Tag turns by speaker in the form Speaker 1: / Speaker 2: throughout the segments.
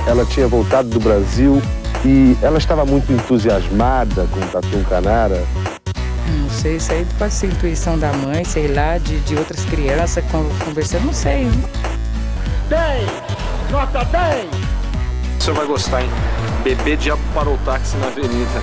Speaker 1: ela tinha voltado do Brasil e ela estava muito entusiasmada com o Tatu Canara.
Speaker 2: Não sei, isso aí pode ser intuição da mãe, sei lá, de outras crianças conversando, não sei.
Speaker 3: 10! Nota 10!
Speaker 4: O senhor vai gostar, hein? Bebê diabo parou o táxi na avenida.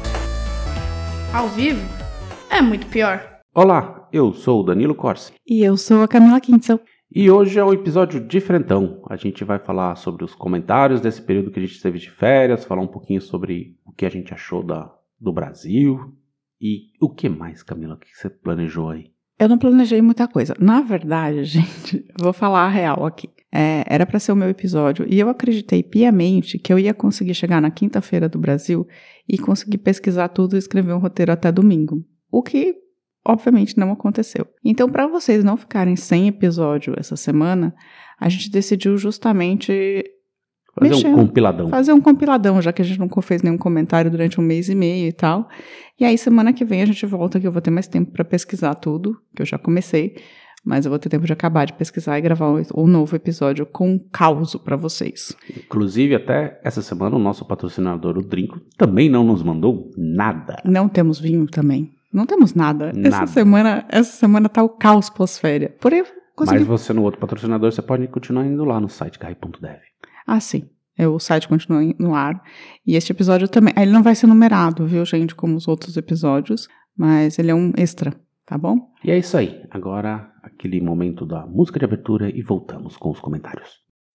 Speaker 5: Ao vivo é muito pior.
Speaker 6: Olá, eu sou o Danilo Corsi.
Speaker 7: E eu sou a Camila Quinzel.
Speaker 6: E hoje é um episódio diferentão. A gente vai falar sobre os comentários desse período que a gente esteve de férias, falar um pouquinho sobre o que a gente achou do Brasil. E o que mais, Camila, que você planejou aí?
Speaker 7: Eu não planejei muita coisa. Na verdade, gente, eu vou falar a real aqui. Era para ser o meu episódio e eu acreditei piamente que eu ia conseguir chegar na quinta-feira do Brasil e conseguir pesquisar tudo e escrever um roteiro até domingo. O que, obviamente, não aconteceu. Então, para vocês não ficarem sem episódio essa semana, a gente decidiu justamente fazer um compiladão, já que a gente não fez nenhum comentário durante um mês e meio e tal. E aí, semana que vem, a gente volta, que eu vou ter mais tempo para pesquisar tudo, que eu já comecei, mas eu vou ter tempo de acabar de pesquisar e gravar um novo episódio com caos para vocês.
Speaker 6: Inclusive, até essa semana, o nosso patrocinador, o Drinco, também não nos mandou nada.
Speaker 7: Não temos vinho também. Não temos nada. Essa semana tá o caos pós-férias. Porém,
Speaker 6: Mas você, no outro patrocinador, você pode continuar indo lá no site gai.dev.
Speaker 7: Ah, sim. O site continua no ar. E este episódio também. Ele não vai ser numerado, viu, gente? Como os outros episódios. Mas ele é um extra, tá bom?
Speaker 6: E é isso aí. Agora, aquele momento da música de abertura e voltamos com os comentários.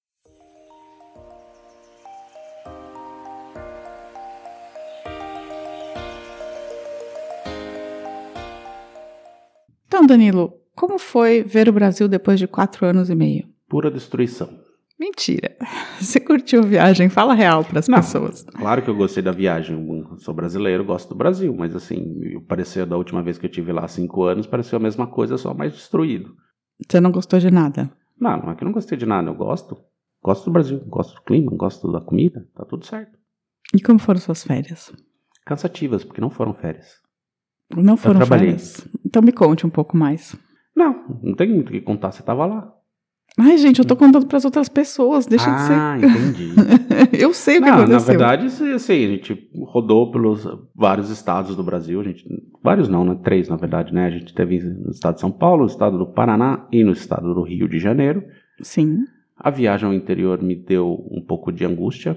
Speaker 7: Então, Danilo, como foi ver o Brasil depois de 4 anos e meio?
Speaker 6: Pura destruição.
Speaker 7: Mentira. Você curtiu a viagem? Fala real para as pessoas.
Speaker 6: Claro que eu gostei da viagem. Eu sou brasileiro, gosto do Brasil. Mas assim, pareceu da última vez que eu estive lá há 5 anos, pareceu a mesma coisa, só mais destruído.
Speaker 7: Você não gostou de nada?
Speaker 6: Não é que eu não gostei de nada. Eu gosto do Brasil, gosto do clima, gosto da comida. Tá tudo certo.
Speaker 7: E como foram suas férias?
Speaker 6: Cansativas, porque não foram férias.
Speaker 7: Não foram
Speaker 6: eu trabalhei.
Speaker 7: Férias? Então me conte um pouco mais.
Speaker 6: Não tem muito o que contar. Você tava lá.
Speaker 7: Ai, gente, eu tô contando pras outras pessoas, deixa de ser.
Speaker 6: Ah, entendi.
Speaker 7: Eu sei o que aconteceu.
Speaker 6: Na verdade, assim, a gente rodou pelos vários estados do Brasil, vários não, né? 3, na verdade, né? A gente teve no estado de São Paulo, no estado do Paraná e no estado do Rio de Janeiro.
Speaker 7: Sim.
Speaker 6: A viagem ao interior me deu um pouco de angústia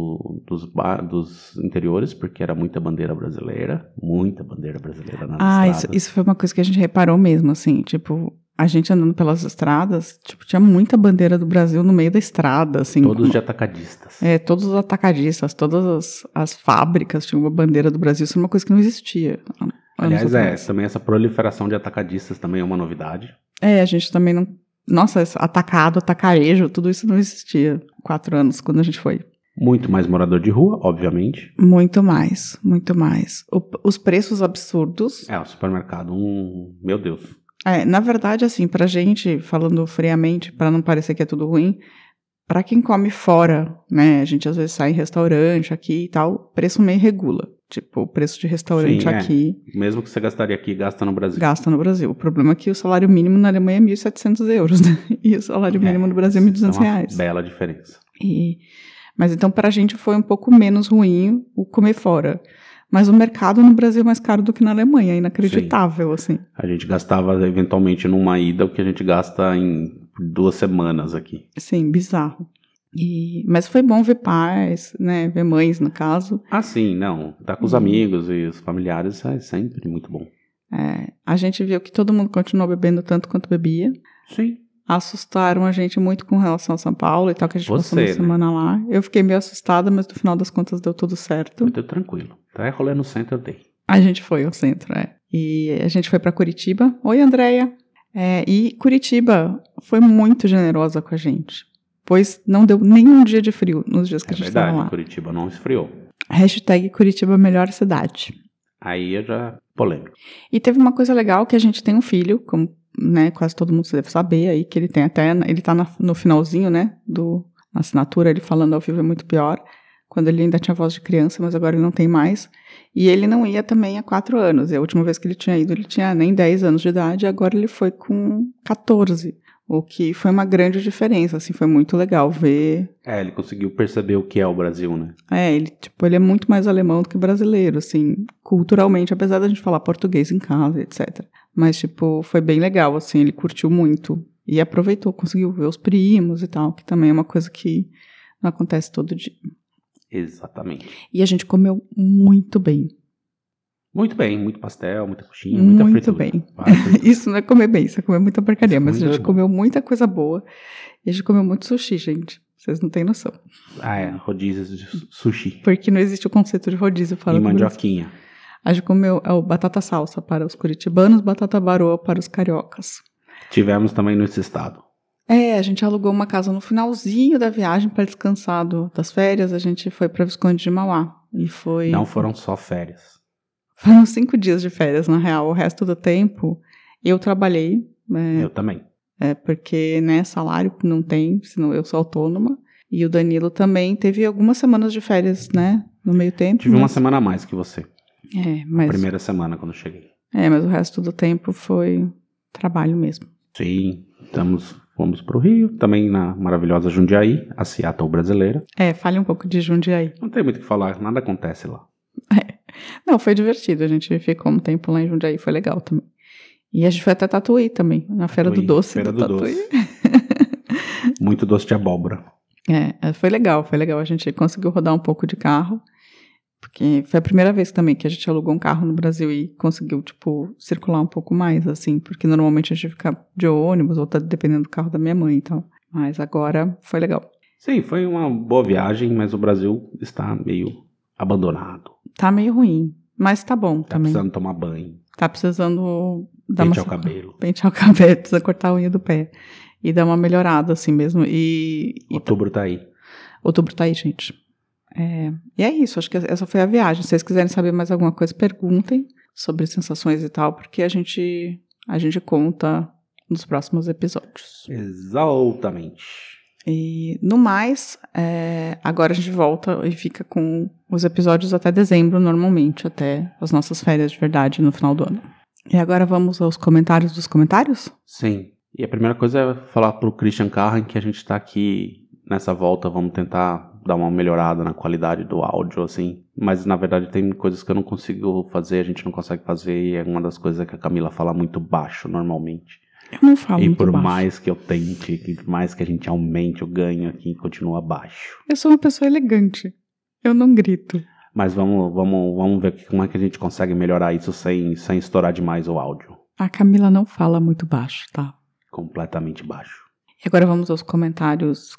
Speaker 6: dos interiores, porque era muita bandeira brasileira nas estradas.
Speaker 7: Isso foi uma coisa que a gente reparou mesmo, assim, tipo... A gente andando pelas estradas, tipo, tinha muita bandeira do Brasil no meio da estrada, assim.
Speaker 6: Todos de atacadistas.
Speaker 7: Todos os atacadistas, todas as fábricas tinham uma bandeira do Brasil, isso é uma coisa que não existia.
Speaker 6: Aliás, também essa proliferação de atacadistas também é uma novidade.
Speaker 7: A gente também não... Nossa, atacarejo, tudo isso não existia 4 anos, quando a gente foi.
Speaker 6: Muito mais morador de rua, obviamente.
Speaker 7: Muito mais. Os preços absurdos.
Speaker 6: O supermercado, meu Deus.
Speaker 7: Na verdade, assim, pra gente, falando friamente, pra não parecer que é tudo ruim, pra quem come fora, né, a gente às vezes sai em restaurante aqui e tal, o preço meio regula. Tipo, o preço de restaurante aqui...
Speaker 6: Mesmo que você gastaria aqui, gasta no Brasil.
Speaker 7: Gasta no Brasil. O problema é que o salário mínimo na Alemanha é 1.700 euros, né? E o salário mínimo no Brasil é 1.200 reais.
Speaker 6: É uma bela diferença.
Speaker 7: Mas então, pra gente foi um pouco menos ruim o comer fora. Mas o mercado no Brasil é mais caro do que na Alemanha, é inacreditável, assim.
Speaker 6: A gente gastava, eventualmente, numa ida, o que a gente gasta em 2 semanas aqui.
Speaker 7: Sim, bizarro. Mas foi bom ver pais, né, ver mães, no caso.
Speaker 6: Ah, sim, não. Tá com os amigos e os familiares é sempre muito bom.
Speaker 7: A gente viu que todo mundo continuou bebendo tanto quanto bebia.
Speaker 6: Sim.
Speaker 7: Assustaram a gente muito com relação a São Paulo e tal, que a gente passou uma semana lá. Eu fiquei meio assustada, mas no final das contas deu tudo certo.
Speaker 6: Foi tudo tranquilo. Até rolê no centro eu dei.
Speaker 7: A gente foi ao centro, E a gente foi pra Curitiba. Oi, Andréia. E Curitiba foi muito generosa com a gente, pois não deu nenhum dia de frio nos dias que a gente estava lá. É verdade,
Speaker 6: Curitiba não esfriou.
Speaker 7: #, Curitiba melhor cidade.
Speaker 6: Aí eu já... polêmico.
Speaker 7: E teve uma coisa legal, que a gente tem um filho, como, né, quase todo mundo deve saber aí, que ele tem até... Ele tá no finalzinho, né, na assinatura, ele falando ao vivo é muito pior. Quando ele ainda tinha voz de criança, mas agora ele não tem mais. E ele não ia também há 4 anos. E a última vez que ele tinha ido, ele tinha nem 10 anos de idade, e agora ele foi com 14. O que foi uma grande diferença, assim, foi muito legal ver.
Speaker 6: Ele conseguiu perceber o que é o Brasil, né?
Speaker 7: Ele é muito mais alemão do que brasileiro, assim, culturalmente, apesar da gente falar português em casa, etc. Mas, tipo, foi bem legal, assim, ele curtiu muito e aproveitou, conseguiu ver os primos e tal, que também é uma coisa que não acontece todo dia.
Speaker 6: Exatamente.
Speaker 7: E a gente comeu muito bem.
Speaker 6: Muito bem, muito pastel, muita coxinha, muita fritura.
Speaker 7: Muito bem. Isso não é comer bem, isso é comer muita porcaria. Mas a gente comeu muita coisa boa. E a gente comeu muito sushi, gente. Vocês não têm noção.
Speaker 6: Rodízio de sushi.
Speaker 7: Porque não existe o conceito de rodízio fora
Speaker 6: E
Speaker 7: do Brasil.
Speaker 6: mandioquinha.
Speaker 7: A gente comeu batata salsa para os curitibanos, batata baroa para os cariocas.
Speaker 6: Tivemos também nesse estado.
Speaker 7: A gente alugou uma casa no finalzinho da viagem para descansar das férias. A gente foi para Visconde de Mauá. E foi...
Speaker 6: Não foram só férias.
Speaker 7: Foram 5 dias de férias, na real. O resto do tempo, eu trabalhei.
Speaker 6: Eu também.
Speaker 7: Porque, né, salário não tem, senão eu sou autônoma. E o Danilo também teve algumas semanas de férias, né, no meio tempo.
Speaker 6: Tive uma semana a mais que você.
Speaker 7: Mas...
Speaker 6: A primeira semana, quando eu cheguei.
Speaker 7: Mas o resto do tempo foi trabalho mesmo.
Speaker 6: Sim, fomos pro Rio, também na maravilhosa Jundiaí, a Seattle brasileira.
Speaker 7: Fale um pouco de Jundiaí.
Speaker 6: Não tem muito o que falar, nada acontece lá.
Speaker 7: Não, foi divertido, a gente ficou um tempo lá em Jundiaí, foi legal também. E a gente foi até Tatuí também, na Feira do Doce.
Speaker 6: Feira do Doce. Muito doce de abóbora.
Speaker 7: Foi legal, a gente conseguiu rodar um pouco de carro, porque foi a primeira vez também que a gente alugou um carro no Brasil e conseguiu, tipo, circular um pouco mais, assim, porque normalmente a gente fica de ônibus ou tá dependendo do carro da minha mãe e tal. Mas agora foi legal.
Speaker 6: Sim, foi uma boa viagem, mas o Brasil está meio abandonado.
Speaker 7: Tá meio ruim, mas tá bom também.
Speaker 6: Tá precisando tomar banho.
Speaker 7: Tá precisando
Speaker 6: pentear o cabelo.
Speaker 7: Pentear o cabelo, precisa cortar a unha do pé. E dar uma melhorada, assim mesmo.
Speaker 6: Outubro tá aí.
Speaker 7: Outubro tá aí, gente. E é isso, acho que essa foi a viagem. Se vocês quiserem saber mais alguma coisa, perguntem sobre sensações e tal, porque a gente conta nos próximos episódios.
Speaker 6: Exatamente.
Speaker 7: E no mais, agora a gente volta e fica com os episódios até dezembro, normalmente, até as nossas férias de verdade no final do ano. E agora vamos aos comentários dos comentários?
Speaker 6: Sim. E a primeira coisa é falar pro Christian Carran que a gente tá aqui nessa volta, vamos tentar dar uma melhorada na qualidade do áudio, assim. Mas, na verdade, tem coisas que eu não consigo fazer, a gente não consegue fazer, e é uma das coisas que a Camila fala muito baixo, normalmente.
Speaker 7: Eu não falo muito baixo.
Speaker 6: E por mais que eu tente, por mais que a gente aumente o ganho aqui, continua baixo.
Speaker 7: Eu sou uma pessoa elegante. Eu não grito.
Speaker 6: Mas vamos ver como é que a gente consegue melhorar isso sem estourar demais o áudio.
Speaker 7: A Camila não fala muito baixo, tá?
Speaker 6: Completamente baixo.
Speaker 7: E agora vamos aos comentários.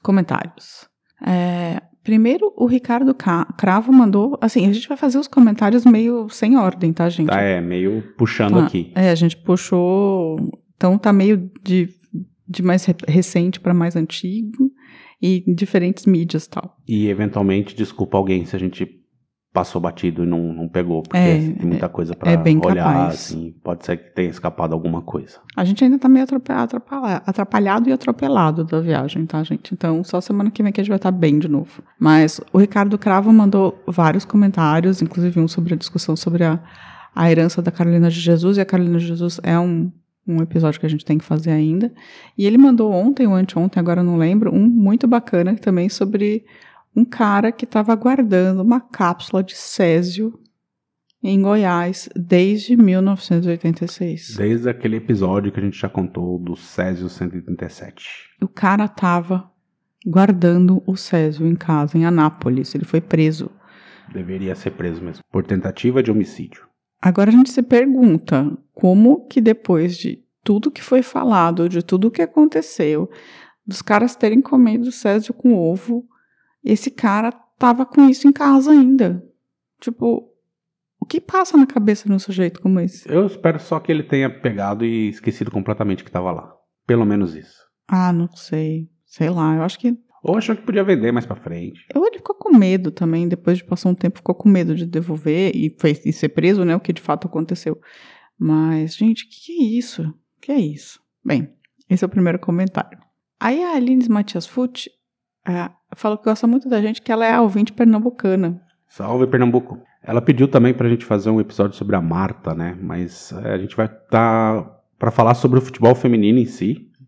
Speaker 7: Primeiro, o Ricardo Cravo mandou... Assim, a gente vai fazer os comentários meio sem ordem, tá, gente?
Speaker 6: Meio puxando aqui.
Speaker 7: A gente puxou... Então tá meio de mais recente para mais antigo e diferentes mídias e tal.
Speaker 6: E eventualmente, desculpa alguém se a gente passou batido e não pegou, porque tem muita coisa para olhar, assim, pode ser que tenha escapado alguma coisa. A
Speaker 7: gente ainda tá meio atrapalhado e atropelado da viagem, tá, gente? Então, só semana que vem que a gente vai estar bem de novo. Mas o Ricardo Cravo mandou vários comentários, inclusive um sobre a discussão sobre a herança da Carolina de Jesus, e a Carolina de Jesus é um episódio que a gente tem que fazer ainda. E ele mandou ontem ou anteontem, agora eu não lembro, um muito bacana também sobre um cara que estava guardando uma cápsula de césio em Goiás desde 1986.
Speaker 6: Desde aquele episódio que a gente já contou do Césio 137.
Speaker 7: O cara estava guardando o césio em casa, em Anápolis. Ele foi preso.
Speaker 6: Deveria ser preso mesmo, por tentativa de homicídio.
Speaker 7: Agora a gente se pergunta como que depois de tudo que foi falado, de tudo que aconteceu, dos caras terem comido césio com ovo, esse cara tava com isso em casa ainda. Tipo, o que passa na cabeça de um sujeito como esse?
Speaker 6: Eu espero só que ele tenha pegado e esquecido completamente que tava lá. Pelo menos isso.
Speaker 7: Ah, não sei. Sei lá, eu acho que...
Speaker 6: Ou achou que podia vender mais pra frente.
Speaker 7: Ou ele ficou com medo também, depois de passar um tempo, ficou com medo de devolver e ser preso, né? O que de fato aconteceu. Mas, gente, que é isso? Que é isso? Bem, esse é o primeiro comentário. Aí a Aline Matias Fucci falou que gosta muito da gente, que ela é a ouvinte pernambucana.
Speaker 6: Salve, Pernambuco. Ela pediu também pra gente fazer um episódio sobre a Marta, né? Mas a gente vai estar pra falar sobre o futebol feminino em si.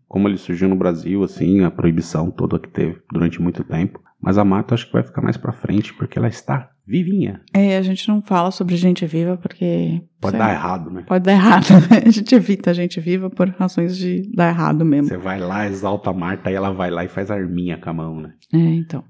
Speaker 6: como ele surgiu no Brasil, assim, a proibição toda que teve durante muito tempo. Mas a Marta acho que vai ficar mais pra frente, porque ela está vivinha.
Speaker 7: A gente não fala sobre gente viva porque...
Speaker 6: Pode dar errado, né?
Speaker 7: Pode dar errado. A gente evita a gente viva por razões de dar errado mesmo.
Speaker 6: Você vai lá, exalta a Marta, e ela vai lá e faz arminha com a mão, né?
Speaker 7: Então.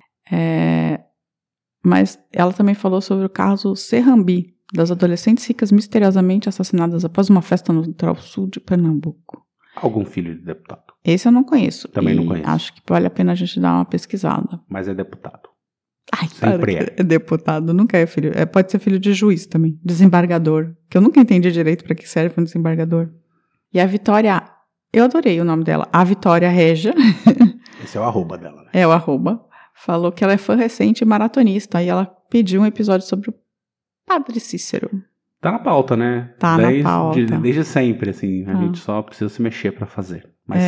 Speaker 7: Mas ela também falou sobre o caso Serrambi, das adolescentes ricas misteriosamente assassinadas após uma festa no litoral sul de Pernambuco.
Speaker 6: Algum filho de deputado.
Speaker 7: Esse eu não conheço.
Speaker 6: Também não conheço.
Speaker 7: Acho que vale a pena a gente dar uma pesquisada.
Speaker 6: Mas é deputado.
Speaker 7: Ai,
Speaker 6: Sempre
Speaker 7: é deputado, nunca é filho. Pode ser filho de juiz também. Desembargador. Que eu nunca entendi direito pra que serve um desembargador. E a Vitória... Eu adorei o nome dela. A Vitória Régia.
Speaker 6: Esse é o arroba dela, né?
Speaker 7: É o arroba. Falou que ela é fã recente e maratonista. E ela pediu um episódio sobre o Padre Cícero.
Speaker 6: Tá na pauta, né?
Speaker 7: Tá na pauta.
Speaker 6: Desde sempre, assim. A gente só precisa se mexer pra fazer. Mas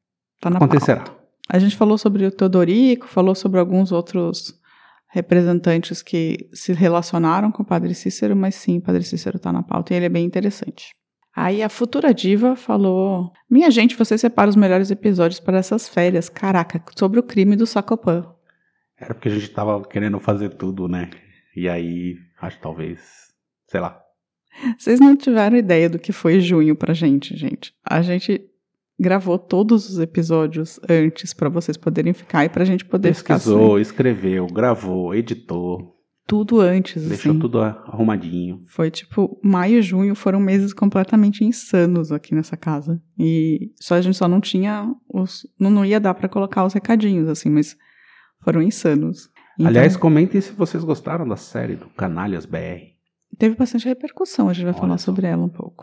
Speaker 7: tá na
Speaker 6: acontecerá.
Speaker 7: Pauta. A gente falou sobre o Teodorico, falou sobre alguns outros representantes que se relacionaram com o Padre Cícero, mas sim, o Padre Cícero tá na pauta e ele é bem interessante. Aí a Futura Diva falou: minha gente, você separa os melhores episódios para essas férias. Caraca, sobre o crime do Sacopã.
Speaker 6: Era porque a gente tava querendo fazer tudo, né? E aí, acho que talvez, sei lá.
Speaker 7: Vocês não tiveram ideia do que foi junho pra gente. A gente gravou todos os episódios antes pra vocês poderem ficar e pra gente poder
Speaker 6: Pesquisou,
Speaker 7: ficar assim.
Speaker 6: Escreveu, gravou, editou.
Speaker 7: Tudo antes,
Speaker 6: Deixou
Speaker 7: assim.
Speaker 6: tudo arrumadinho.
Speaker 7: Foi tipo, maio e junho foram meses completamente insanos aqui nessa casa. E a gente só não tinha não ia dar pra colocar os recadinhos, assim, mas foram insanos. Então,
Speaker 6: aliás, comentem se vocês gostaram da série do Canalhas BR.
Speaker 7: teve bastante repercussão, a gente vai falar sobre ela um pouco.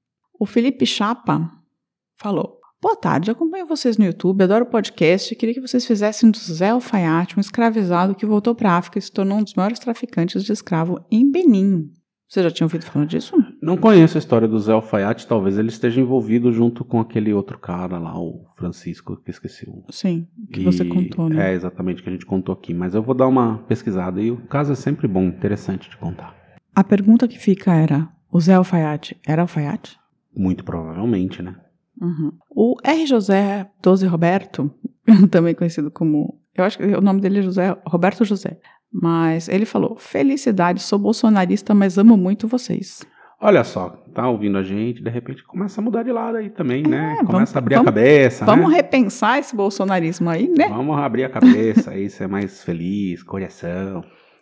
Speaker 7: O Felipe Chapa falou: boa tarde, acompanho vocês no YouTube, adoro o podcast e queria que vocês fizessem do Zé Alfaiate um escravizado que voltou para a África e se tornou um dos maiores traficantes de escravo em Benin. Você já tinha ouvido falar disso?
Speaker 6: Não conheço a história do Zé Alfaiate, talvez ele esteja envolvido junto com aquele outro cara lá, o Francisco, que esqueci o...
Speaker 7: Sim, que você contou, né?
Speaker 6: É, exatamente, que a gente contou aqui, mas eu vou dar uma pesquisada e o caso é sempre bom, interessante de contar.
Speaker 7: A pergunta que fica era, o Zé Alfaiate era alfaiate?
Speaker 6: Muito provavelmente, né?
Speaker 7: Uhum. O R. José 12 Roberto, também conhecido como... Eu acho que o nome dele é Roberto José. Mas ele falou: felicidade, sou bolsonarista, mas amo muito vocês.
Speaker 6: Olha só, tá ouvindo a gente, de repente começa a mudar de lado aí também, né? Começa a abrir
Speaker 7: a
Speaker 6: cabeça,
Speaker 7: vamos
Speaker 6: né?
Speaker 7: repensar esse bolsonarismo aí, né?
Speaker 6: Vamos abrir a cabeça aí, ser mais feliz, coração.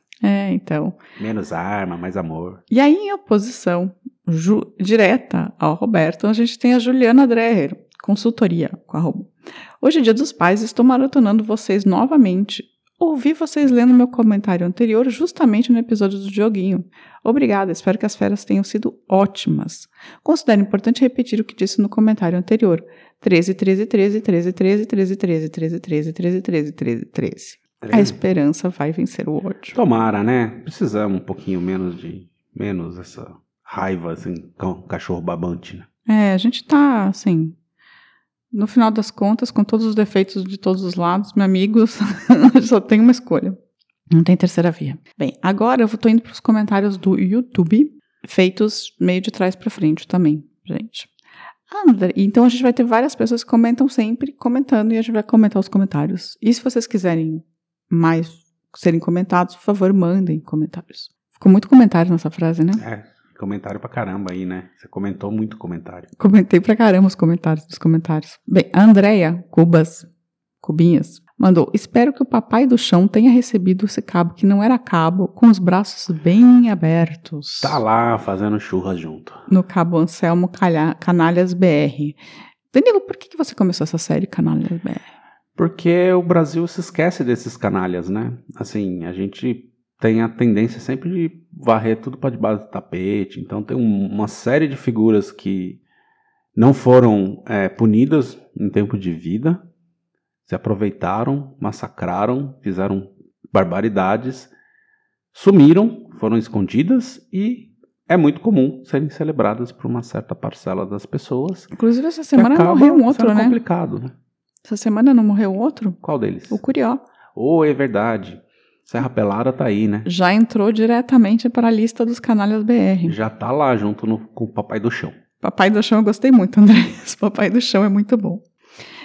Speaker 7: Então.
Speaker 6: Menos arma, mais amor.
Speaker 7: E aí, em oposição direta ao Roberto, a gente tem a Juliana Dreher, consultoria com a Hoje é dia dos pais, estou maratonando vocês novamente. Ouvi vocês lendo meu comentário anterior justamente no episódio do Dioguinho. Obrigada, espero que as férias tenham sido ótimas. Considero importante repetir o que disse no comentário anterior. 13, 13, 13, 13, 13, 13, 13, 13, 13, 13, 13, 13, 13. A esperança vai vencer o ódio.
Speaker 6: Tomara, né? Precisamos um pouquinho menos essa raiva, assim, cachorro babante, né?
Speaker 7: A gente tá, assim... No final das contas, com todos os defeitos de todos os lados, meus amigos, só tem uma escolha. Não tem terceira via. Bem, agora eu tô indo para os comentários do YouTube, feitos meio de trás para frente também, gente. Então a gente vai ter várias pessoas que comentam sempre, comentando, e a gente vai comentar os comentários. E se vocês quiserem mais serem comentados, por favor, mandem comentários. Ficou muito comentário nessa frase, né?
Speaker 6: Comentário pra caramba aí, né? Você comentou muito comentário.
Speaker 7: Comentei pra caramba os comentários dos comentários. Bem, a Andréia Cubinhas, mandou: espero que o papai do chão tenha recebido esse cabo que não era cabo, com os braços bem abertos.
Speaker 6: Tá lá fazendo churras junto.
Speaker 7: No cabo Anselmo Canalhas BR. Danilo, por que você começou essa série Canalhas BR?
Speaker 6: Porque o Brasil se esquece desses canalhas, né? Assim, a gente tem a tendência sempre de varrer tudo para debaixo do tapete. Então tem uma série de figuras que não foram punidas em tempo de vida, se aproveitaram, massacraram, fizeram barbaridades, sumiram, foram escondidas e é muito comum serem celebradas por uma certa parcela das pessoas.
Speaker 7: Inclusive essa semana morreu um outro, né?
Speaker 6: Complicado, né?
Speaker 7: Essa semana não morreu outro?
Speaker 6: Qual deles?
Speaker 7: O Curió.
Speaker 6: É verdade. Serra Pelada tá aí, né?
Speaker 7: Já entrou diretamente para a lista dos canalhas BR.
Speaker 6: Já tá lá junto com o Papai do Chão.
Speaker 7: Papai do Chão eu gostei muito, André. Esse Papai do Chão é muito bom.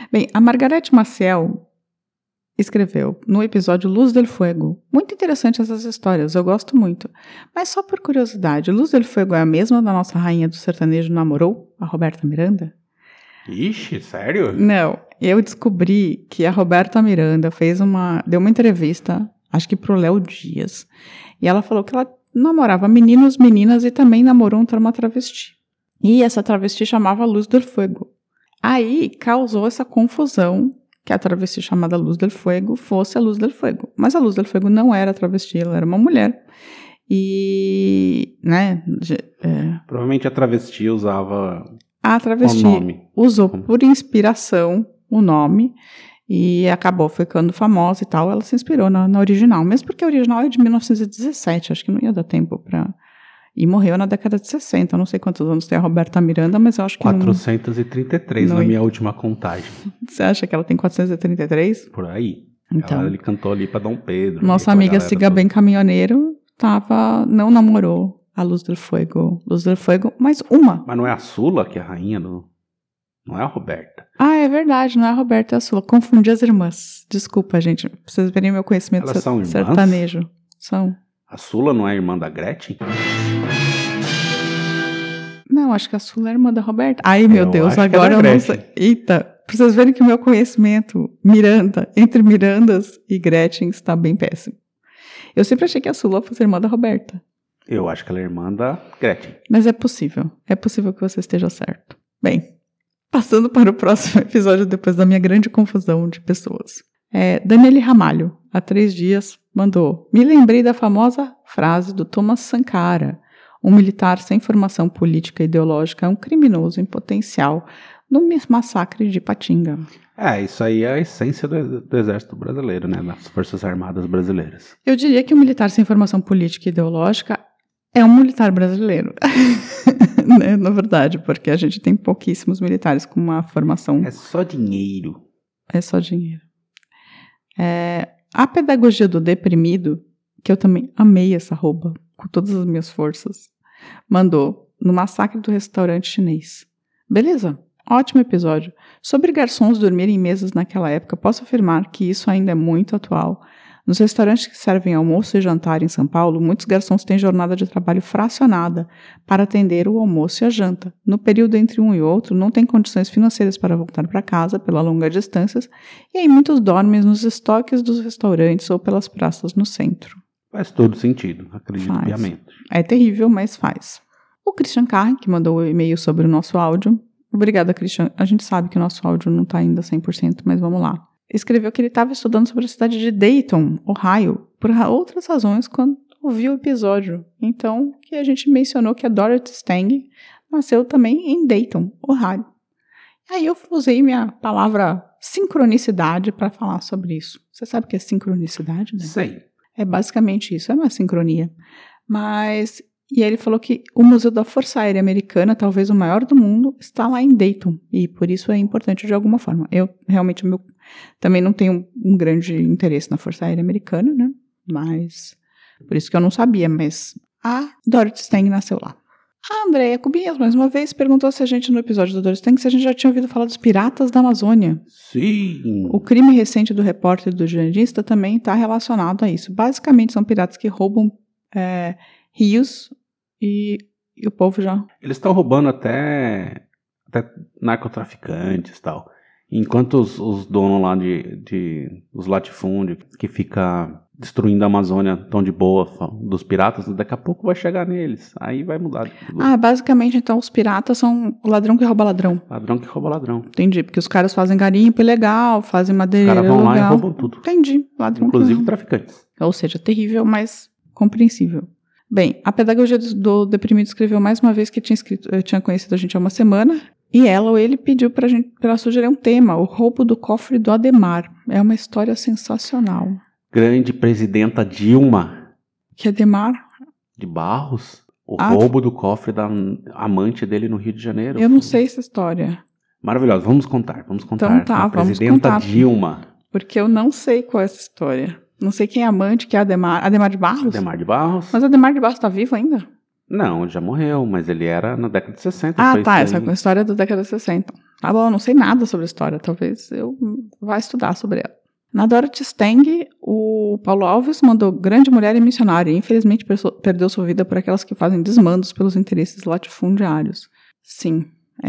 Speaker 7: Bem, a Margarete Maciel escreveu no episódio Luz del Fuego. Muito interessante essas histórias, eu gosto muito. Mas só por curiosidade, Luz del Fuego é a mesma da nossa rainha do sertanejo namorou, a Roberta Miranda?
Speaker 6: Ixi, sério?
Speaker 7: Não, eu descobri que a Roberta Miranda deu uma entrevista, acho que pro Léo Dias, e ela falou que ela namorava meninos, meninas e também namorou uma travesti. E essa travesti chamava Luz del Fuego. Aí causou essa confusão que a travesti chamada Luz del Fuego fosse a Luz del Fuego. Mas a Luz del Fuego não era travesti, ela era uma mulher. E, né...
Speaker 6: Provavelmente a travesti usava
Speaker 7: a travesti
Speaker 6: o nome.
Speaker 7: Usou por inspiração o nome e acabou ficando famosa e tal. Ela se inspirou na original, mesmo porque a original é de 1917, acho que não ia dar tempo pra... E morreu na década de 60, eu não sei quantos anos tem a Roberta Miranda, mas eu acho que
Speaker 6: 433 na minha última contagem.
Speaker 7: Você acha que ela tem 433?
Speaker 6: Por aí.
Speaker 7: Então,
Speaker 6: ele cantou ali pra Dom Pedro.
Speaker 7: Nossa amiga Siga Bem Caminhoneiro não namorou a Luz del Fuego. Luz del Fuego, mais uma.
Speaker 6: Mas não é a Sula que é a rainha do... Não é a Roberta.
Speaker 7: Ah, é verdade, não é a Roberta, é a Sula. Confundi as irmãs. Desculpa, gente. Pra vocês verem meu conhecimento
Speaker 6: Elas são irmãs?
Speaker 7: Sertanejo. São.
Speaker 6: A Sula não é irmã da Gretchen?
Speaker 7: Não, acho que a Sula é irmã da Roberta. Ai, meu Deus,
Speaker 6: acho que
Speaker 7: agora
Speaker 6: é
Speaker 7: eu
Speaker 6: da
Speaker 7: não sei.
Speaker 6: Gretchen.
Speaker 7: Eita, pra vocês verem que o meu conhecimento entre Mirandas e Gretchen está bem péssimo. Eu sempre achei que a Sula fosse irmã da Roberta.
Speaker 6: Eu acho que ela é irmã da Gretchen.
Speaker 7: Mas é possível que você esteja certo. Bem, passando para o próximo episódio depois da minha grande confusão de pessoas. Daniele Ramalho, há 3 dias, mandou: me lembrei da famosa frase do Thomas Sankara: um militar sem formação política e ideológica é um criminoso em potencial no massacre de Ipatinga.
Speaker 6: Isso aí é a essência do Exército Brasileiro, né? Das Forças Armadas Brasileiras.
Speaker 7: Eu diria que um militar sem formação política e ideológica é um militar brasileiro. Né? Na verdade, porque a gente tem pouquíssimos militares com uma formação...
Speaker 6: É só dinheiro.
Speaker 7: É só dinheiro. A pedagogia do deprimido, que eu também amei essa arroba, com todas as minhas forças, mandou no massacre do restaurante chinês. Beleza, ótimo episódio. Sobre garçons dormirem em mesas naquela época, posso afirmar que isso ainda é muito atual. Nos restaurantes que servem almoço e jantar em São Paulo, muitos garçons têm jornada de trabalho fracionada para atender o almoço e a janta. No período entre um e outro, não tem condições financeiras para voltar para casa pela longa distância, e aí muitos dormem nos estoques dos restaurantes ou pelas praças no centro.
Speaker 6: Faz todo sentido, acredito piamente.
Speaker 7: É terrível, mas faz. O Christian Carr, que mandou o e-mail sobre o nosso áudio. Obrigada, Christian. A gente sabe que o nosso áudio não está ainda 100%, mas vamos lá. Escreveu que ele estava estudando sobre a cidade de Dayton, Ohio, por outras razões quando ouviu o episódio. Então, que a gente mencionou que a Dorothy Stang nasceu também em Dayton, Ohio. Aí eu usei minha palavra sincronicidade para falar sobre isso. Você sabe o que é sincronicidade, né?
Speaker 6: Sei.
Speaker 7: É basicamente isso, é uma sincronia. E ele falou que o Museu da Força Aérea Americana, talvez o maior do mundo, está lá em Dayton. E por isso é importante de alguma forma. Eu realmente também não tenho um grande interesse na Força Aérea Americana, né? Mas, por isso que eu não sabia, mas a Dorothy Stang nasceu lá. A Andréia Cubinhas, mais uma vez, perguntou se a gente, no episódio da Dorothy Stang, se a gente já tinha ouvido falar dos piratas da Amazônia.
Speaker 6: Sim.
Speaker 7: O crime recente do repórter e do jornalista também está relacionado a isso. Basicamente, são piratas que roubam rios e o povo já...
Speaker 6: Eles estão roubando até narcotraficantes e tal. Enquanto os donos lá dos latifúndios que fica destruindo a Amazônia tão de boa dos piratas, daqui a pouco vai chegar neles. Aí vai mudar.
Speaker 7: Basicamente, então, os piratas são o ladrão que rouba ladrão.
Speaker 6: Ladrão que rouba ladrão.
Speaker 7: Entendi, porque os caras fazem garimpo ilegal, fazem madeireira
Speaker 6: legal. Os caras vão
Speaker 7: legal.
Speaker 6: lá e roubam tudo.
Speaker 7: Entendi. Ladrão
Speaker 6: inclusive traficantes.
Speaker 7: Ou seja, terrível, mas compreensível. Bem, a pedagogia do deprimido escreveu mais uma vez que tinha conhecido a gente há uma semana, e ela ou ele pediu pra ela sugerir um tema, o roubo do cofre do Adhemar. É uma história sensacional.
Speaker 6: Grande presidenta Dilma.
Speaker 7: Que Adhemar?
Speaker 6: De Barros. O roubo do cofre da amante dele no Rio de Janeiro.
Speaker 7: Eu não sei essa história.
Speaker 6: Maravilhosa, vamos contar.
Speaker 7: Então tá, vamos contar.
Speaker 6: Presidenta Dilma.
Speaker 7: Porque eu não sei qual é essa história. Não sei quem é amante, que é Adhemar. Adhemar de Barros?
Speaker 6: Adhemar de Barros.
Speaker 7: Mas Adhemar de Barros tá vivo ainda?
Speaker 6: Não, ele já morreu, mas ele era na década de 60.
Speaker 7: Tá, essa é a história da década de 60. Tá bom, não sei nada sobre a história, talvez eu vá estudar sobre ela. Na Dorothy Stang, o Paulo Alves mandou grande mulher e missionária, e infelizmente perdeu sua vida por aquelas que fazem desmandos pelos interesses latifundiários. Sim,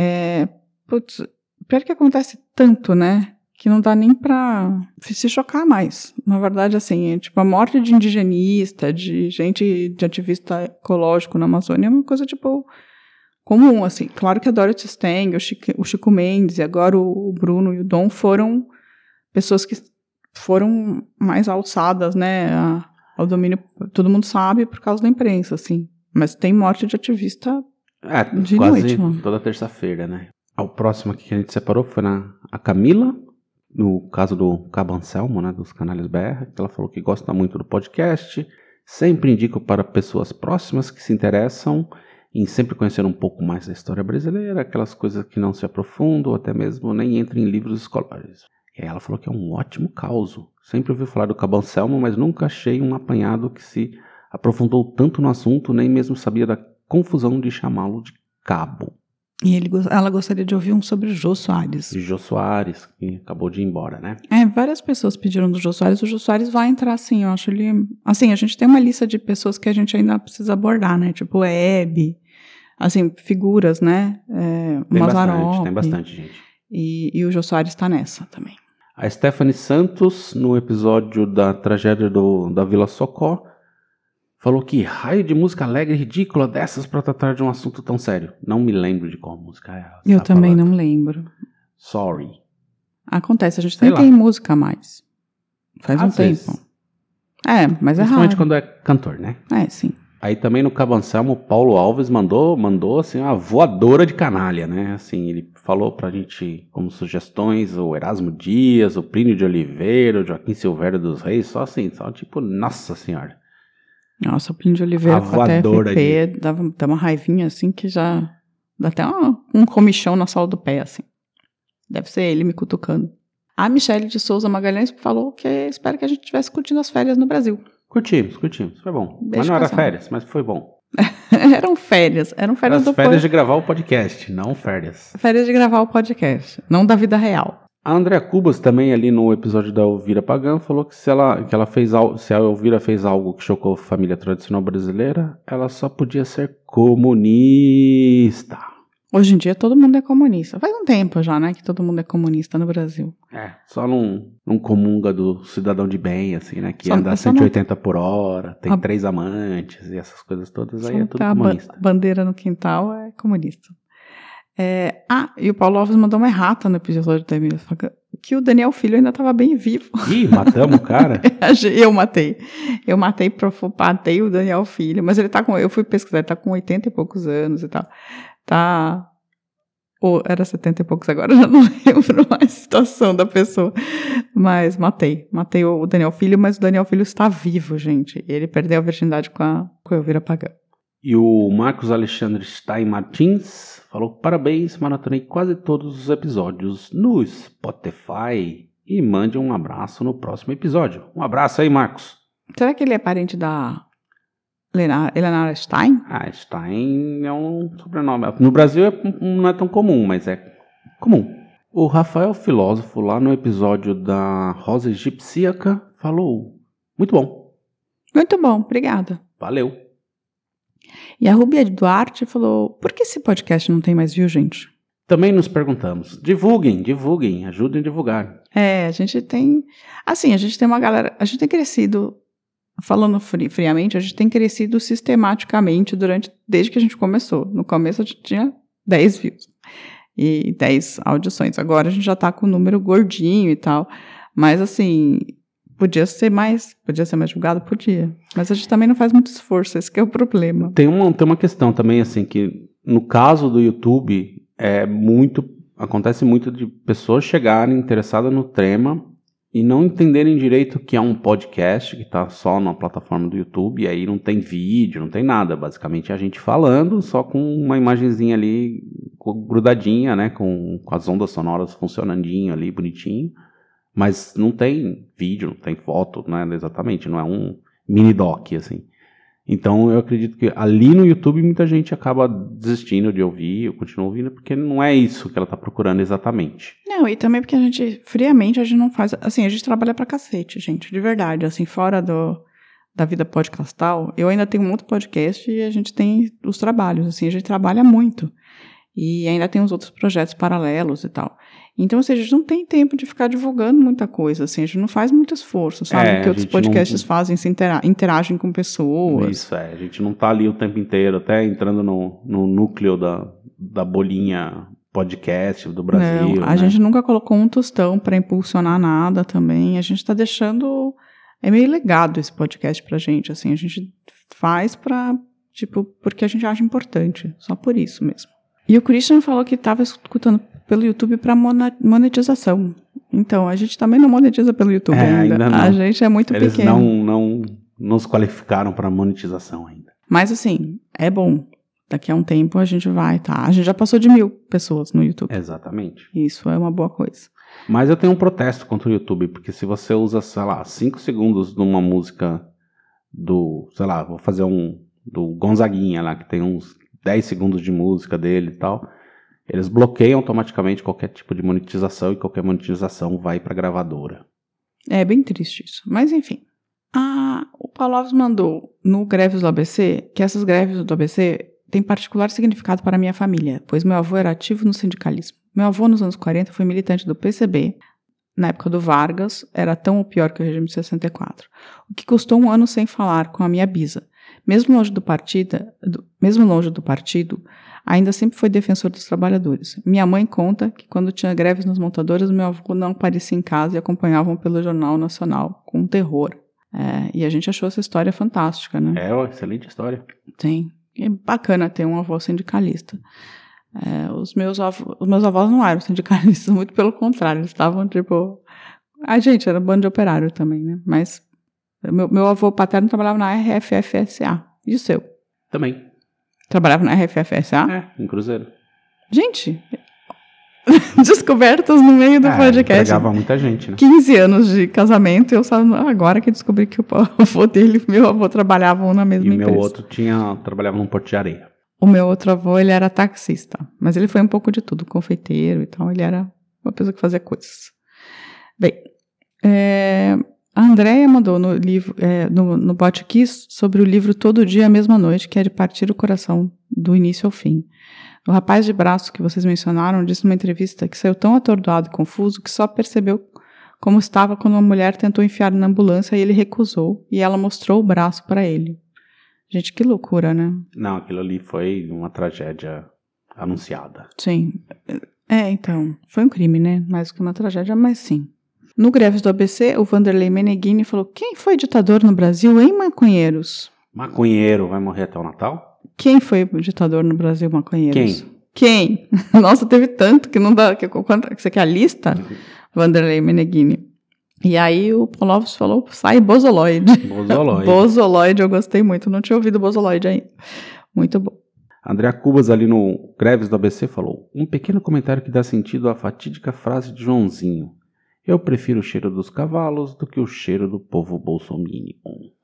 Speaker 7: pior que acontece tanto, né, que não dá nem pra se chocar mais. Na verdade, assim, tipo, a morte de indigenista, de gente, de ativista ecológico na Amazônia é uma coisa, tipo, comum, assim. Claro que a Dorothy Stang, o Chico Mendes e agora o Bruno e o Dom foram pessoas que foram mais alçadas, né, ao domínio, todo mundo sabe, por causa da imprensa, assim. Mas tem morte de ativista de
Speaker 6: quase
Speaker 7: noite,
Speaker 6: toda terça-feira, né? O próximo aqui que a gente separou foi a Camila, no caso do Cabo Anselmo, né, dos Canalhas BR, que ela falou que gosta muito do podcast, sempre indico para pessoas próximas que se interessam em sempre conhecer um pouco mais da história brasileira, aquelas coisas que não se aprofundam, ou até mesmo nem entram em livros escolares. E aí ela falou que é um ótimo causo. Sempre ouvi falar do Cabo Anselmo, mas nunca achei um apanhado que se aprofundou tanto no assunto, nem mesmo sabia da confusão de chamá-lo de Cabo.
Speaker 7: E ela gostaria de ouvir um sobre o Jô Soares.
Speaker 6: E Jô Soares, que acabou de ir embora, né?
Speaker 7: Várias pessoas pediram do Jô Soares. O Jô Soares vai entrar, assim, eu acho ele... Assim, a gente tem uma lista de pessoas que a gente ainda precisa abordar, né? Tipo, Hebe, assim, figuras, né?
Speaker 6: Tem bastante gente.
Speaker 7: E o Jô Soares tá nessa também.
Speaker 6: A Stephanie Santos, no episódio da tragédia da Vila Socó, falou que raio de música alegre e ridícula dessas pra tratar de um assunto tão sério. Não me lembro de qual música é.
Speaker 7: Eu também não lembro.
Speaker 6: Sorry.
Speaker 7: Acontece, a gente nem tem música mais. Faz um tempo. Mas é raro.
Speaker 6: Principalmente quando é cantor, né?
Speaker 7: Sim.
Speaker 6: Aí também no Cabo Anselmo, o Paulo Alves mandou assim, uma voadora de canalha, né? Assim, ele falou pra gente como sugestões o Erasmo Dias, o Plínio de Oliveira, o Joaquim Silvério dos Reis, só tipo, nossa senhora.
Speaker 7: Nossa, o Plínio de Oliveira com a TFP dá uma raivinha assim que já dá até um comichão na sola do pé, assim. Deve ser ele me cutucando. A Michele de Souza Magalhães falou que espera que a gente estivesse curtindo as férias no Brasil.
Speaker 6: Curtimos, foi bom. Mas não era férias, mas foi bom.
Speaker 7: Eram férias
Speaker 6: As férias de gravar o podcast, não férias.
Speaker 7: Férias de gravar o podcast, não da vida real.
Speaker 6: A Andrea Cubas também ali no episódio da Elvira Pagã falou que se a Elvira fez algo que chocou a família tradicional brasileira, ela só podia ser comunista.
Speaker 7: Hoje em dia todo mundo é comunista. Faz um tempo já, né, que todo mundo é comunista no Brasil.
Speaker 6: Só não comunga do cidadão de bem, assim, né, que anda a 180 por hora, tem 3 amantes e essas coisas todas, aí é tudo comunista.
Speaker 7: A bandeira no quintal é comunista. E o Paulo Alves mandou uma errata no episódio da Emília, que o Daniel Filho ainda estava bem vivo.
Speaker 6: Ih, matamos o cara?
Speaker 7: Eu matei o Daniel Filho, mas ele eu fui pesquisar, ele tá com 80 e poucos anos e tal. Era 70 e poucos agora, já não lembro mais a situação da pessoa. Mas matei o Daniel Filho, mas o Daniel Filho está vivo, gente. Ele perdeu a virgindade com a Elvira Pagã.
Speaker 6: E o Marcos Alexandre Stein Martins falou: parabéns, maratonei quase todos os episódios no Spotify e mande um abraço no próximo episódio. Um abraço aí, Marcos.
Speaker 7: Será que ele é parente da Helena Stein?
Speaker 6: Stein é um sobrenome. No Brasil não é tão comum, mas é comum. O Rafael Filósofo, lá no episódio da Rosa Egipsíaca, falou: muito bom.
Speaker 7: Muito bom, obrigada.
Speaker 6: Valeu.
Speaker 7: E a Rubia Duarte falou: por que esse podcast não tem mais view, gente?
Speaker 6: Também nos perguntamos. Divulguem, ajudem a divulgar.
Speaker 7: A gente tem... Assim, a gente tem uma galera... A gente tem crescido, falando friamente, a gente tem crescido sistematicamente desde que a gente começou. No começo a gente tinha 10 views e 10 audições. Agora a gente já tá com o número gordinho e tal. Mas assim... Podia ser mais divulgado? Podia. Mas a gente também não faz muito esforço, esse que é o problema.
Speaker 6: Tem uma questão também, assim, que no caso do YouTube, acontece muito de pessoas chegarem interessadas no tema e não entenderem direito que é um podcast, que está só na plataforma do YouTube, e aí não tem vídeo, não tem nada. Basicamente é a gente falando, só com uma imagenzinha ali grudadinha, né, com as ondas sonoras funcionandinho ali, bonitinho. Mas não tem vídeo, não tem foto, né, exatamente, não é um mini doc, assim. Então eu acredito que ali no YouTube muita gente acaba desistindo de ouvir, eu continuo ouvindo, porque não é isso que ela tá procurando exatamente.
Speaker 7: Não, e também porque a gente, friamente, a gente não faz... Assim, a gente trabalha pra cacete, gente, de verdade. Assim, fora da vida podcastal, eu ainda tenho um outro podcast e a gente tem os trabalhos, assim, a gente trabalha muito. E ainda tem os outros projetos paralelos e tal. Então, assim, a gente não tem tempo de ficar divulgando muita coisa, assim, a gente não faz muito esforço, sabe? Que outros podcasts fazem, se interagem com pessoas.
Speaker 6: Isso, a gente não tá ali o tempo inteiro, até entrando no núcleo da bolinha podcast do Brasil.
Speaker 7: Não, a gente nunca colocou um tostão para impulsionar nada também, a gente tá deixando... É meio legado esse podcast pra gente, assim, a gente faz pra, tipo, porque a gente acha importante, só por isso mesmo. E o Christian falou que estava escutando pelo YouTube para monetização. Então, a gente também não monetiza pelo YouTube ainda. A gente é muito pequeno.
Speaker 6: Eles não nos qualificaram para monetização ainda.
Speaker 7: Mas, assim, é bom. Daqui a um tempo a gente vai, tá? A gente já passou de 1.000 pessoas no YouTube.
Speaker 6: Exatamente.
Speaker 7: Isso é uma boa coisa.
Speaker 6: Mas eu tenho um protesto contra o YouTube, porque se você usa, sei lá, 5 segundos de uma música sei lá, vou fazer do Gonzaguinha lá, que tem uns 10 segundos de música dele e tal, eles bloqueiam automaticamente qualquer tipo de monetização e qualquer monetização vai pra gravadora.
Speaker 7: É bem triste isso. Mas enfim. O Paulo mandou no Greves do ABC que essas greves do ABC têm particular significado para a minha família, pois meu avô era ativo no sindicalismo. Meu avô nos anos 40 foi militante do PCB, na época do Vargas, era tão ou pior que o regime de 64, o que custou 1 ano sem falar com a minha bisa. Mesmo longe do partido, ainda sempre foi defensor dos trabalhadores. Minha mãe conta que quando tinha greves nas montadoras, meu avô não aparecia em casa e acompanhavam pelo Jornal Nacional com terror. E a gente achou essa história fantástica, né?
Speaker 6: É uma excelente história.
Speaker 7: Sim. É bacana ter um avô sindicalista. Os meus avós não eram sindicalistas, muito pelo contrário, eles estavam tipo... gente, era bando de operário também, né? Mas meu avô paterno trabalhava na RFFSA. E o seu?
Speaker 6: Também.
Speaker 7: Trabalhava na RFFSA?
Speaker 6: Em Cruzeiro.
Speaker 7: Gente, descobertas no meio do podcast.
Speaker 6: Pegava muita gente, né?
Speaker 7: 15 anos de casamento, eu só agora que descobri que o avô dele e meu avô trabalhavam na mesma empresa.
Speaker 6: E meu outro trabalhava num porto de areia.
Speaker 7: O meu outro avô, ele era taxista, mas ele foi um pouco de tudo, confeiteiro e tal, ele era uma pessoa que fazia coisas. Bem, a Andréia mandou no livro, no Botkiss sobre o livro Todo Dia, a Mesma Noite, que é de partir o coração do início ao fim. O rapaz de braço que vocês mencionaram disse numa entrevista que saiu tão atordoado e confuso que só percebeu como estava quando uma mulher tentou enfiar na ambulância e ele recusou, e ela mostrou o braço para ele. Gente, que loucura, né?
Speaker 6: Não, aquilo ali foi uma tragédia anunciada.
Speaker 7: Sim. Então, foi um crime, né? Mais que uma tragédia, mas sim. No Greves do ABC, o Vanderlei Meneghini falou: quem foi ditador no Brasil, hein, maconheiros?
Speaker 6: Maconheiro vai morrer até o Natal?
Speaker 7: Quem foi ditador no Brasil, maconheiros?
Speaker 6: Quem?
Speaker 7: Nossa, teve tanto que não dá... Você quer a lista? Vanderlei Meneghini. E aí o Polovos falou, sai Bozoloide. Bozoloide, eu gostei muito, não tinha ouvido Bozoloide ainda. Muito bom.
Speaker 6: André Cubas ali no Greves do ABC falou: um pequeno comentário que dá sentido à fatídica frase de Joãozinho: eu prefiro o cheiro dos cavalos do que o cheiro do povo bolsominion.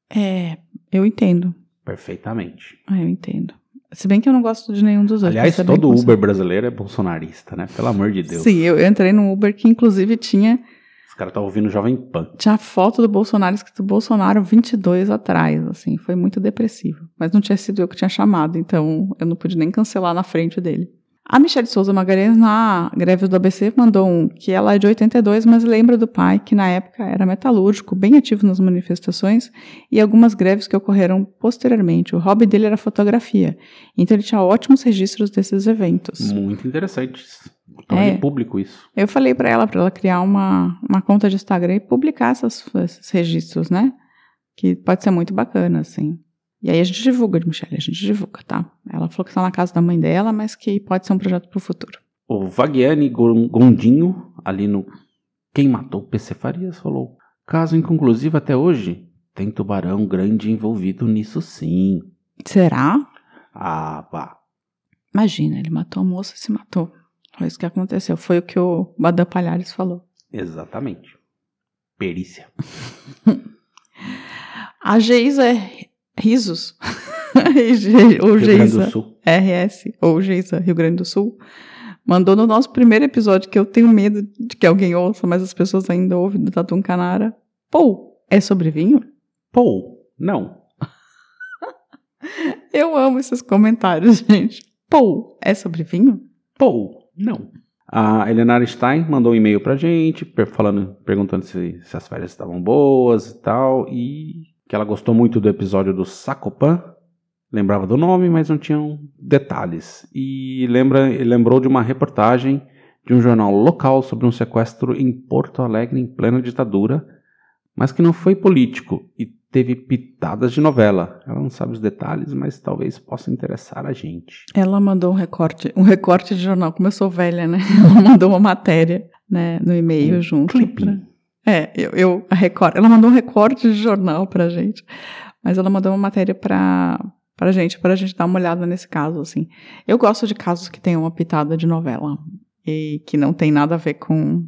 Speaker 7: Eu entendo.
Speaker 6: Perfeitamente.
Speaker 7: Eu entendo. Se bem que eu não gosto de nenhum dos dois.
Speaker 6: Aliás, todo Uber brasileiro é bolsonarista, né? Pelo amor de Deus.
Speaker 7: Sim, eu entrei num Uber que inclusive tinha...
Speaker 6: Os caras estavam ouvindo Jovem Pan.
Speaker 7: Tinha foto do Bolsonaro escrito Bolsonaro 22 atrás, assim, foi muito depressivo. Mas não tinha sido eu que tinha chamado, então eu não pude nem cancelar na frente dele. A Michelle Souza Magalhães, na Greves do ABC, mandou que ela é de 82, mas lembra do pai, que na época era metalúrgico, bem ativo nas manifestações e algumas greves que ocorreram posteriormente. O hobby dele era fotografia, então ele tinha ótimos registros desses eventos.
Speaker 6: Muito interessante. Torne público isso.
Speaker 7: Eu falei para ela criar uma conta de Instagram e publicar esses registros, né? Que pode ser muito bacana, assim. E aí a gente divulga, Michelle, tá? Ela falou que está na casa da mãe dela, mas que pode ser um projeto para o futuro.
Speaker 6: O Vaguiane Gondinho, ali no Quem Matou PC Farias, falou: caso inconclusivo até hoje, tem tubarão grande envolvido nisso sim.
Speaker 7: Será?
Speaker 6: Vá.
Speaker 7: Imagina, ele matou a moça e se matou. Foi isso que aconteceu, foi o que o Badam Palhares falou.
Speaker 6: Exatamente. Perícia.
Speaker 7: A Geisa Risos. Ou
Speaker 6: Rio Grande do
Speaker 7: Geisa.
Speaker 6: Sul.
Speaker 7: RS. Ou Geisa, Rio Grande do Sul. Mandou no nosso primeiro episódio, que eu tenho medo de que alguém ouça, mas as pessoas ainda ouvem do Tatum Canara. Pô, é sobre vinho?
Speaker 6: Pô, não.
Speaker 7: Eu amo esses comentários, gente. Pô, é sobre vinho?
Speaker 6: Pô, não. A Elenara Stein mandou um e-mail pra gente, perguntando se as férias estavam boas e tal, e que ela gostou muito do episódio do Sacopan, lembrava do nome, mas não tinham detalhes. E lembrou de uma reportagem de um jornal local sobre um sequestro em Porto Alegre em plena ditadura, mas que não foi político e teve pitadas de novela. Ela não sabe os detalhes, mas talvez possa interessar a gente.
Speaker 7: Ela mandou um recorte de jornal, como eu sou velha, né? Ela mandou uma matéria, né, no e-mail junto.
Speaker 6: Clipping.
Speaker 7: Ela mandou um recorte de jornal pra gente, mas ela mandou uma matéria pra gente dar uma olhada nesse caso, assim. Eu gosto de casos que tem uma pitada de novela e que não tem nada a ver com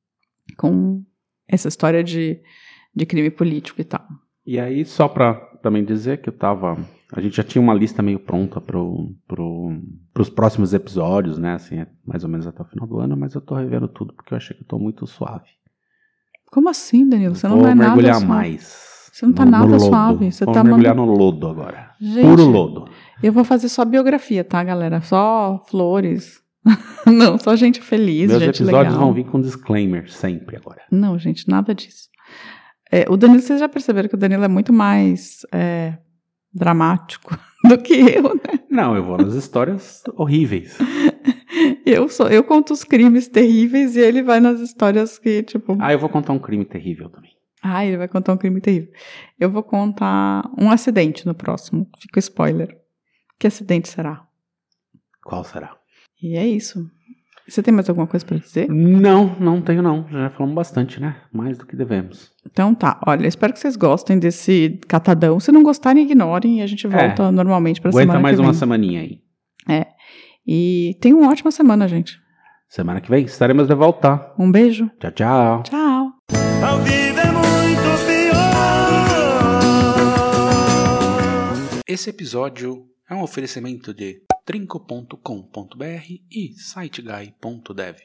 Speaker 7: essa história de crime político e tal.
Speaker 6: E aí, só pra também dizer que a gente já tinha uma lista meio pronta pros próximos episódios, né? Assim, mais ou menos até o final do ano, mas eu tô revendo tudo porque eu achei que eu tô muito suave.
Speaker 7: Como assim, Danilo? Você não
Speaker 6: Vou
Speaker 7: é nada
Speaker 6: mergulhar
Speaker 7: suave.
Speaker 6: mais.
Speaker 7: Você não tá
Speaker 6: no
Speaker 7: nada
Speaker 6: lodo.
Speaker 7: suave. Você
Speaker 6: Vou
Speaker 7: tá
Speaker 6: mergulhar no lodo agora.
Speaker 7: Gente,
Speaker 6: Puro lodo.
Speaker 7: Eu vou fazer só biografia, tá, galera? Só flores. Não, só gente feliz,
Speaker 6: Meus
Speaker 7: gente
Speaker 6: episódios
Speaker 7: legal.
Speaker 6: vão vir com disclaimer sempre agora.
Speaker 7: Não, gente, nada disso. O Danilo, vocês já perceberam que o Danilo é muito mais dramático do que eu, né?
Speaker 6: Não, eu vou nas histórias horríveis.
Speaker 7: Eu conto os crimes terríveis e ele vai nas histórias que, tipo...
Speaker 6: Eu vou contar um crime terrível também.
Speaker 7: Ele vai contar um crime terrível. Eu vou contar um acidente no próximo. Fica o spoiler. Que acidente será?
Speaker 6: Qual será?
Speaker 7: E é isso. Você tem mais alguma coisa pra dizer?
Speaker 6: Não tenho não. Já falamos bastante, né? Mais do que devemos.
Speaker 7: Então tá, olha, espero que vocês gostem desse catadão. Se não gostarem, ignorem e a gente volta normalmente pra semana que vem.
Speaker 6: Aguenta mais uma semaninha aí.
Speaker 7: E tenha uma ótima semana, gente.
Speaker 6: Semana que vem estaremos de volta.
Speaker 7: Um beijo.
Speaker 6: Tchau, tchau.
Speaker 7: Tchau.
Speaker 3: Ao vivo é muito pior.
Speaker 8: Esse episódio é um oferecimento de trinco.com.br e siteguy.dev.